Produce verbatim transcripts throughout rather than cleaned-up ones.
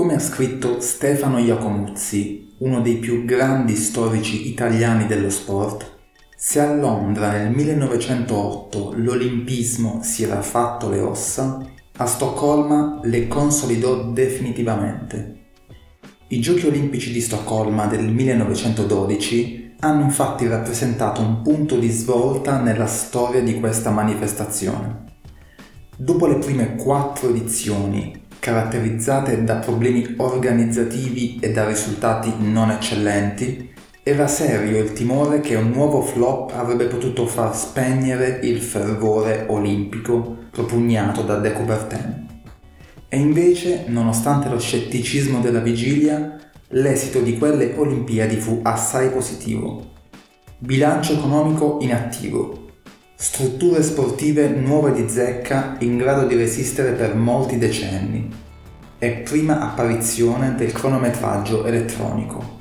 Come ha scritto Stefano Iacomuzzi, uno dei più grandi storici italiani dello sport, se a Londra nel millenovecentootto l'olimpismo si era fatto le ossa, a Stoccolma le consolidò definitivamente. I Giochi Olimpici di Stoccolma del millenovecentododici hanno infatti rappresentato un punto di svolta nella storia di questa manifestazione. Dopo le prime quattro edizioni, caratterizzate da problemi organizzativi e da risultati non eccellenti, era serio il timore che un nuovo flop avrebbe potuto far spegnere il fervore olimpico propugnato da De Coubertin. E invece, nonostante lo scetticismo della vigilia, l'esito di quelle Olimpiadi fu assai positivo. Bilancio economico in attivo, strutture sportive nuove di zecca in grado di resistere per molti decenni e prima apparizione del cronometraggio elettronico.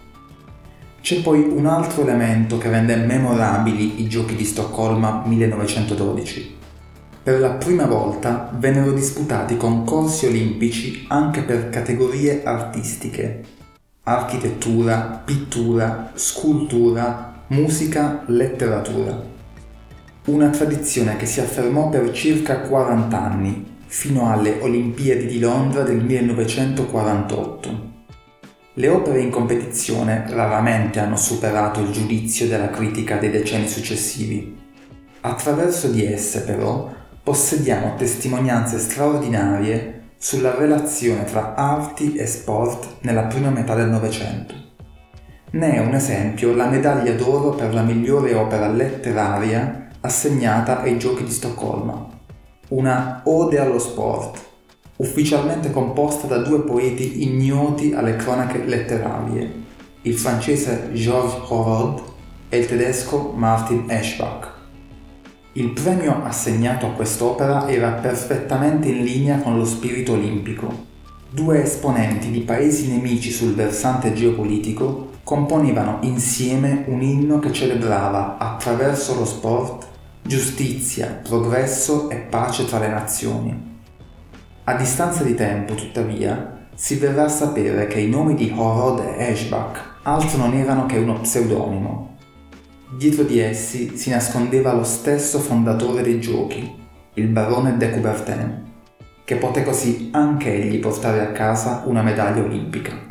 C'è poi un altro elemento che rende memorabili i Giochi di Stoccolma millenovecentododici. Per la prima volta vennero disputati concorsi olimpici anche per categorie artistiche: architettura, pittura, scultura, musica, letteratura. Una tradizione che si affermò per circa quaranta anni, fino alle Olimpiadi di Londra del millenovecentoquarantotto. Le opere in competizione raramente hanno superato il giudizio della critica dei decenni successivi. Attraverso di esse, però, possediamo testimonianze straordinarie sulla relazione tra arti e sport nella prima metà del Novecento. Ne è un esempio la medaglia d'oro per la migliore opera letteraria assegnata ai Giochi di Stoccolma, una ode allo sport, ufficialmente composta da due poeti ignoti alle cronache letterarie, il francese Georges Horod e il tedesco Martin Eschbach. Il premio assegnato a quest'opera era perfettamente in linea con lo spirito olimpico. Due esponenti di paesi nemici sul versante geopolitico componevano insieme un inno che celebrava, attraverso lo sport, giustizia, progresso e pace tra le nazioni. A distanza di tempo, tuttavia, si verrà a sapere che i nomi di Horod e Eschbach altro non erano che uno pseudonimo. Dietro di essi si nascondeva lo stesso fondatore dei giochi, il barone de Coubertin, che poté così anche egli portare a casa una medaglia olimpica.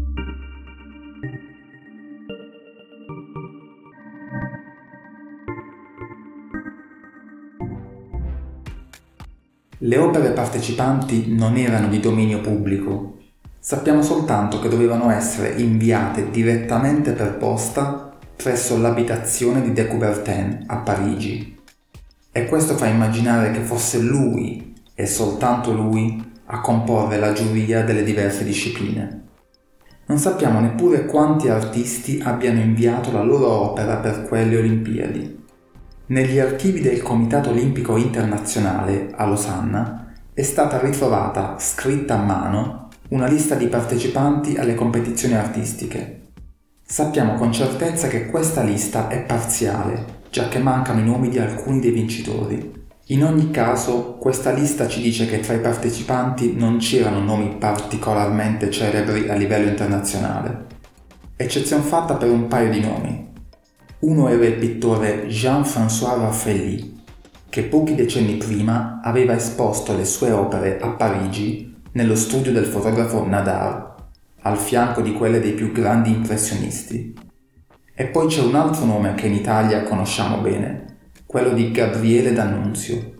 Le opere partecipanti non erano di dominio pubblico. Sappiamo soltanto che dovevano essere inviate direttamente per posta presso l'abitazione di de Coubertin a Parigi. E questo fa immaginare che fosse lui, e soltanto lui, a comporre la giuria delle diverse discipline. Non sappiamo neppure quanti artisti abbiano inviato la loro opera per quelle Olimpiadi. Negli archivi del Comitato Olimpico Internazionale a Losanna è stata ritrovata, scritta a mano, una lista di partecipanti alle competizioni artistiche. Sappiamo con certezza che questa lista è parziale, giacché mancano i nomi di alcuni dei vincitori. In ogni caso, questa lista ci dice che tra i partecipanti non c'erano nomi particolarmente celebri a livello internazionale. Eccezion fatta per un paio di nomi. Uno era il pittore Jean-François Raffaelli, che pochi decenni prima aveva esposto le sue opere a Parigi nello studio del fotografo Nadar, al fianco di quelle dei più grandi impressionisti. E poi c'è un altro nome che in Italia conosciamo bene, quello di Gabriele D'Annunzio.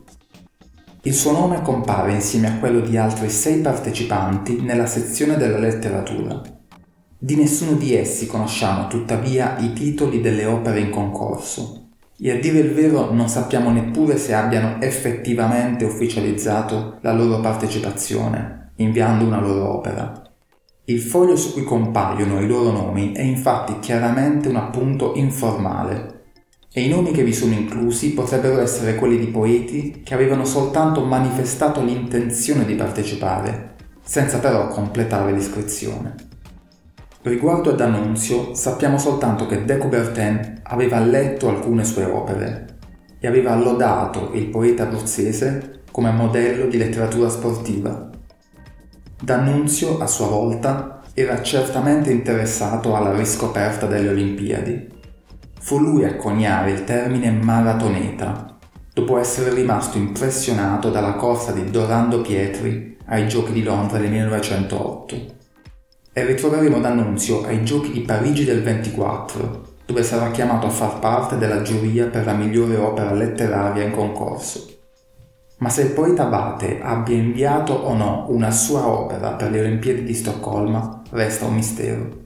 Il suo nome compare insieme a quello di altri sei partecipanti nella sezione della letteratura. Di nessuno di essi conosciamo tuttavia i titoli delle opere in concorso e a dire il vero non sappiamo neppure se abbiano effettivamente ufficializzato la loro partecipazione, inviando una loro opera. Il foglio su cui compaiono i loro nomi è infatti chiaramente un appunto informale e i nomi che vi sono inclusi potrebbero essere quelli di poeti che avevano soltanto manifestato l'intenzione di partecipare, senza però completare l'iscrizione. Riguardo ad D'Annunzio, sappiamo soltanto che de Coubertin aveva letto alcune sue opere e aveva lodato il poeta abruzzese come modello di letteratura sportiva. D'Annunzio, a sua volta, era certamente interessato alla riscoperta delle Olimpiadi. Fu lui a coniare il termine maratoneta, dopo essere rimasto impressionato dalla corsa di Dorando Pietri ai Giochi di Londra del millenovecentootto. E ritroveremo D'Annunzio ai Giochi di Parigi del ventiquattro, dove sarà chiamato a far parte della giuria per la migliore opera letteraria in concorso. Ma se il poeta Abate abbia inviato o no una sua opera per le Olimpiadi di Stoccolma resta un mistero.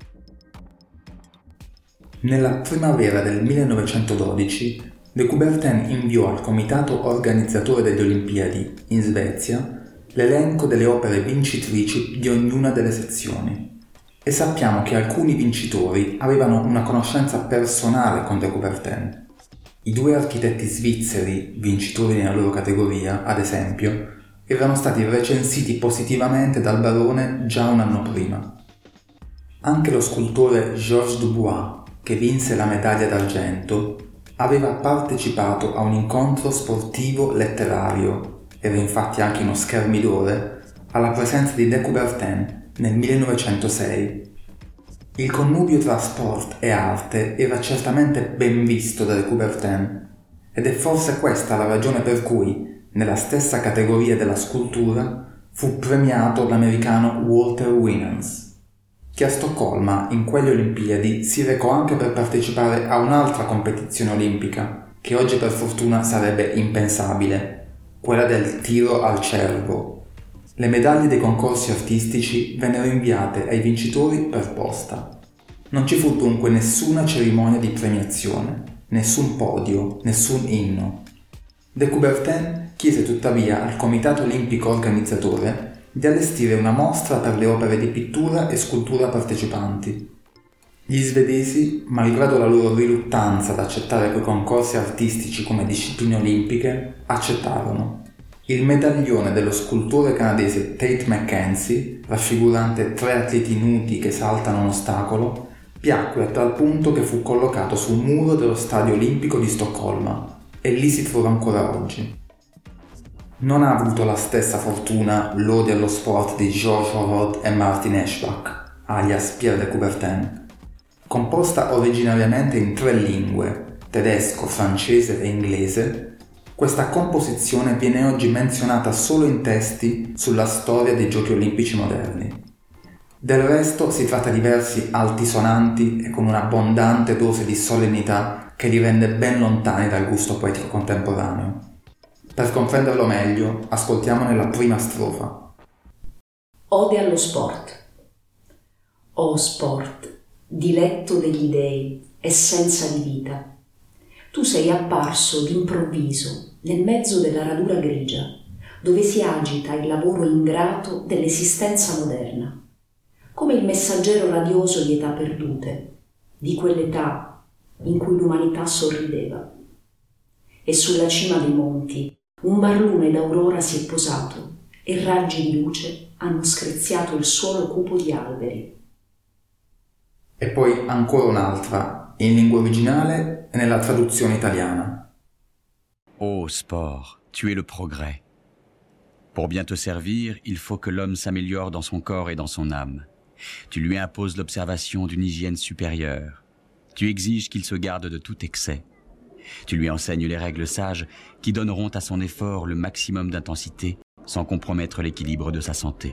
Nella primavera del millenovecentododici, De Coubertin inviò al comitato organizzatore delle Olimpiadi, in Svezia, l'elenco delle opere vincitrici di ognuna delle sezioni. E sappiamo che alcuni vincitori avevano una conoscenza personale con De Coubertin. I due architetti svizzeri, vincitori nella loro categoria, ad esempio, erano stati recensiti positivamente dal barone già un anno prima. Anche lo scultore Georges Dubois, che vinse la medaglia d'argento, aveva partecipato a un incontro sportivo letterario, era infatti anche uno schermidore, alla presenza di De Coubertin nel millenovecentosei. Il connubio tra sport e arte era certamente ben visto da De Coubertin, ed è forse questa la ragione per cui, nella stessa categoria della scultura, fu premiato l'americano Walter Winans, che a Stoccolma, in quelle Olimpiadi, si recò anche per partecipare a un'altra competizione olimpica, che oggi per fortuna sarebbe impensabile, quella del tiro al cervo. Le medaglie dei concorsi artistici vennero inviate ai vincitori per posta. Non ci fu dunque nessuna cerimonia di premiazione, nessun podio, nessun inno. De Coubertin chiese tuttavia al comitato olimpico organizzatore di allestire una mostra per le opere di pittura e scultura partecipanti. Gli svedesi, malgrado la loro riluttanza ad accettare quei concorsi artistici come discipline olimpiche, accettarono. Il medaglione dello scultore canadese Tate McKenzie, raffigurante tre atleti nudi che saltano un ostacolo, piacque a tal punto che fu collocato sul muro dello Stadio Olimpico di Stoccolma e lì si trova ancora oggi. Non ha avuto la stessa fortuna l'Ode allo sport di Georges Horod e Martin Eschbach, alias Pierre de Coubertin. Composta originariamente in tre lingue, tedesco, francese e inglese, questa composizione viene oggi menzionata solo in testi sulla storia dei Giochi Olimpici moderni. Del resto si tratta di versi altisonanti e con un'abbondante dose di solennità che li rende ben lontani dal gusto poetico contemporaneo. Per comprenderlo meglio, ascoltiamone la prima strofa. Ode allo sport. O sport, diletto degli dei, essenza di vita, tu sei apparso d'improvviso nel mezzo della radura grigia, dove si agita il lavoro ingrato dell'esistenza moderna, come il messaggero radioso di età perdute, di quell'età in cui l'umanità sorrideva. E sulla cima dei monti un barlume d'aurora si è posato e raggi di luce hanno screziato il suolo cupo di alberi. E poi ancora un'altra, in lingua originale e nella traduzione italiana. Ô sport, tu es le progrès. Pour bien te servir, il faut que l'homme s'améliore dans son corps et dans son âme. Tu lui imposes l'observation d'une hygiène supérieure. Tu exiges qu'il se garde de tout excès. Tu lui enseignes les règles sages qui donneront à son effort le maximum d'intensité sans compromettre l'équilibre de sa santé.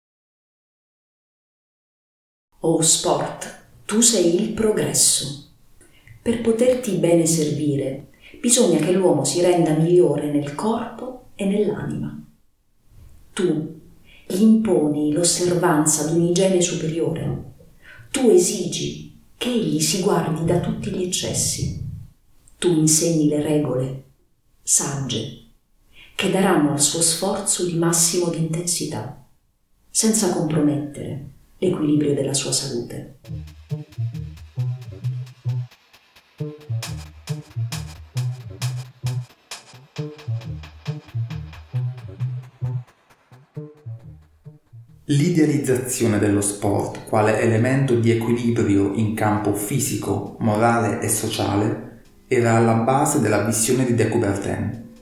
O sport, tu sei il progresso. Per poterti bene servire, bisogna che l'uomo si renda migliore nel corpo e nell'anima. Tu gli imponi l'osservanza di un'igiene superiore. Tu esigi che egli si guardi da tutti gli eccessi. Tu insegni le regole, sagge, che daranno al suo sforzo il massimo di intensità, senza compromettere l'equilibrio della sua salute. L'idealizzazione dello sport quale elemento di equilibrio in campo fisico, morale e sociale era alla base della visione di De Coubertin. È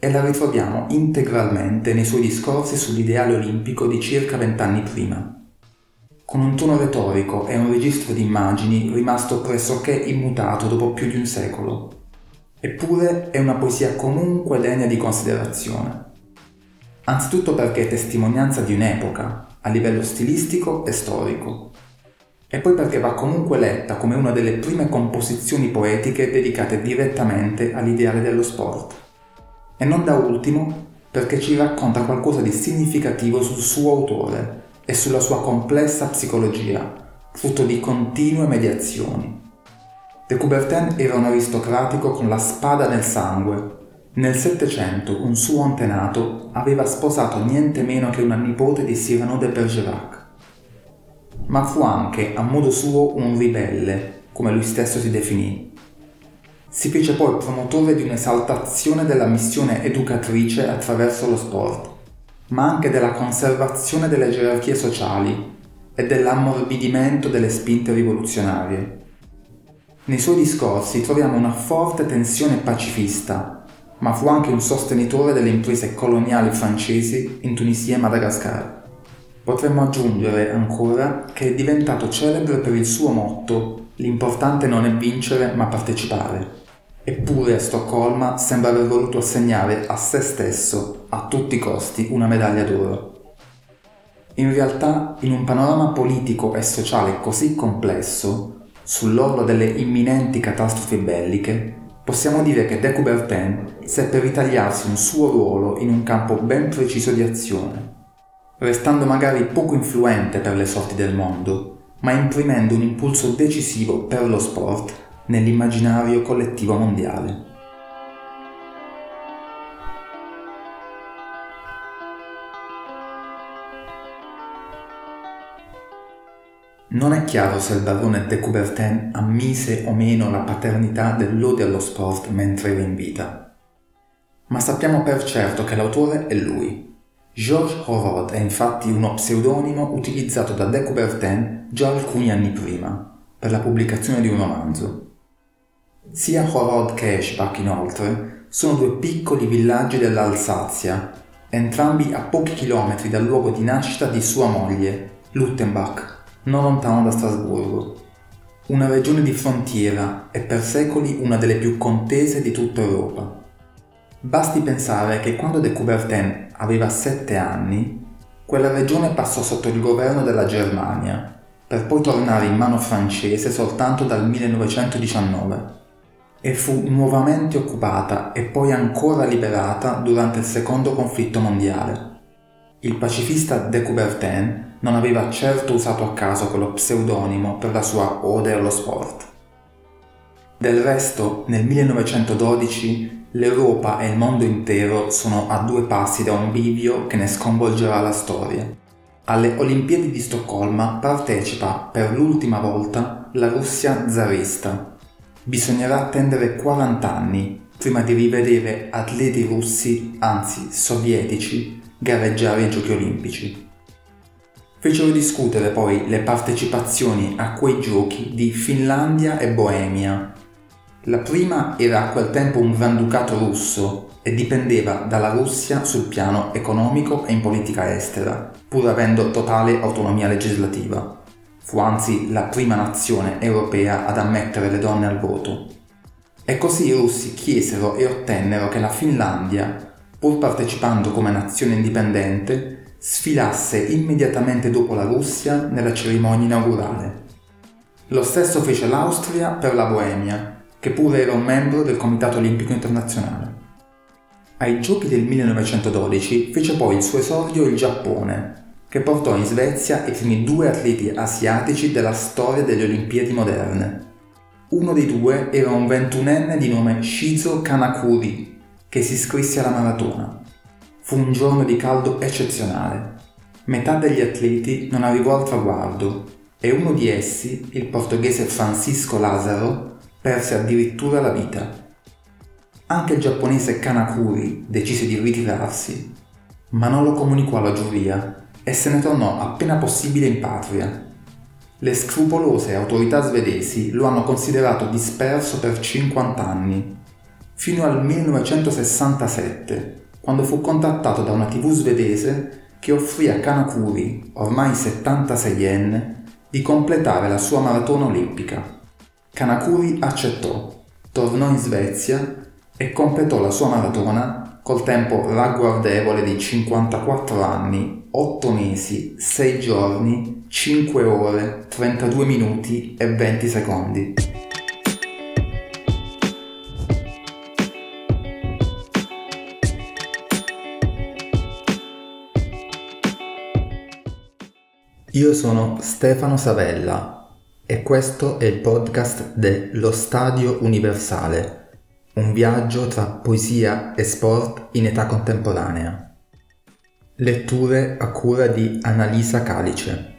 e la ritroviamo integralmente nei suoi discorsi sull'ideale olimpico di circa vent'anni prima, con un tono retorico e un registro di immagini rimasto pressoché immutato dopo più di un secolo. Eppure è una poesia comunque degna di considerazione. Anzitutto perché è testimonianza di un'epoca, a livello stilistico e storico, e poi perché va comunque letta come una delle prime composizioni poetiche dedicate direttamente all'ideale dello sport. E non da ultimo perché ci racconta qualcosa di significativo sul suo autore e sulla sua complessa psicologia, frutto di continue mediazioni. De Coubertin era un aristocratico con la spada nel sangue. Nel Settecento un suo antenato aveva sposato niente meno che una nipote di Cyrano de Bergerac. Ma fu anche, a modo suo, un ribelle, come lui stesso si definì. Si fece poi promotore di un'esaltazione della missione educatrice attraverso lo sport, ma anche della conservazione delle gerarchie sociali e dell'ammorbidimento delle spinte rivoluzionarie. Nei suoi discorsi troviamo una forte tensione pacifista, ma fu anche un sostenitore delle imprese coloniali francesi in Tunisia e Madagascar. Potremmo aggiungere ancora che è diventato celebre per il suo motto «L'importante non è vincere ma partecipare». Eppure a Stoccolma sembra aver voluto assegnare a se stesso, a tutti i costi, una medaglia d'oro. In realtà, in un panorama politico e sociale così complesso, sull'orlo delle imminenti catastrofi belliche, possiamo dire che De Coubertin seppe ritagliarsi un suo ruolo in un campo ben preciso di azione, restando magari poco influente per le sorti del mondo, ma imprimendo un impulso decisivo per lo sport nell'immaginario collettivo mondiale. Non è chiaro se il barone de Coubertin ammise o meno la paternità dell'ode allo sport mentre era in vita, ma sappiamo per certo che l'autore è lui. Georges Horod è infatti uno pseudonimo utilizzato da de Coubertin già alcuni anni prima, per la pubblicazione di un romanzo. Sia Horod che Eschbach, inoltre, sono due piccoli villaggi dell'Alsazia, entrambi a pochi chilometri dal luogo di nascita di sua moglie, Luttenbach, non lontano da Strasburgo. Una regione di frontiera e per secoli una delle più contese di tutta Europa. Basti pensare che quando de Coubertin aveva sette anni, quella regione passò sotto il governo della Germania, per poi tornare in mano francese soltanto dal millenovecentodiciannove, e fu nuovamente occupata e poi ancora liberata durante il secondo conflitto mondiale. Il pacifista de Coubertin non aveva certo usato a caso quello pseudonimo per la sua ode allo sport. Del resto, nel millenovecentododici l'Europa e il mondo intero sono a due passi da un bivio che ne sconvolgerà la storia. Alle Olimpiadi di Stoccolma partecipa per l'ultima volta la Russia zarista. Bisognerà attendere quaranta anni prima di rivedere atleti russi, anzi sovietici, gareggiare ai Giochi Olimpici. Fecero discutere poi le partecipazioni a quei giochi di Finlandia e Boemia. La prima era a quel tempo un granducato russo e dipendeva dalla Russia sul piano economico e in politica estera, pur avendo totale autonomia legislativa. Fu anzi la prima nazione europea ad ammettere le donne al voto. E così i russi chiesero e ottennero che la Finlandia, pur partecipando come nazione indipendente, sfilasse immediatamente dopo la Russia nella cerimonia inaugurale. Lo stesso fece l'Austria per la Boemia, che pure era un membro del Comitato Olimpico Internazionale. Ai Giochi del millenovecentododici fece poi il suo esordio il Giappone, che portò in Svezia i primi due atleti asiatici della storia delle Olimpiadi moderne. Uno dei due era un ventunenne di nome Shizo Kanakuri, che si iscrisse alla maratona. Fu un giorno di caldo eccezionale. Metà degli atleti non arrivò al traguardo e uno di essi, il portoghese Francisco Lázaro, perse addirittura la vita. Anche il giapponese Kanakuri decise di ritirarsi, ma non lo comunicò alla giuria e se ne tornò appena possibile in patria. Le scrupolose autorità svedesi lo hanno considerato disperso per cinquanta anni. fino al millenovecentosessantasette, quando fu contattato da una tivù svedese che offrì a Kanakuri, ormai settantaseienne, di completare la sua maratona olimpica. Kanakuri accettò, tornò in Svezia e completò la sua maratona col tempo ragguardevole di cinquantaquattro anni, otto mesi, sei giorni, cinque ore, trentadue minuti e venti secondi. Io sono Stefano Savella e questo è il podcast de Lo Stadio Universale, un viaggio tra poesia e sport in età contemporanea. Letture a cura di Annalisa Calice.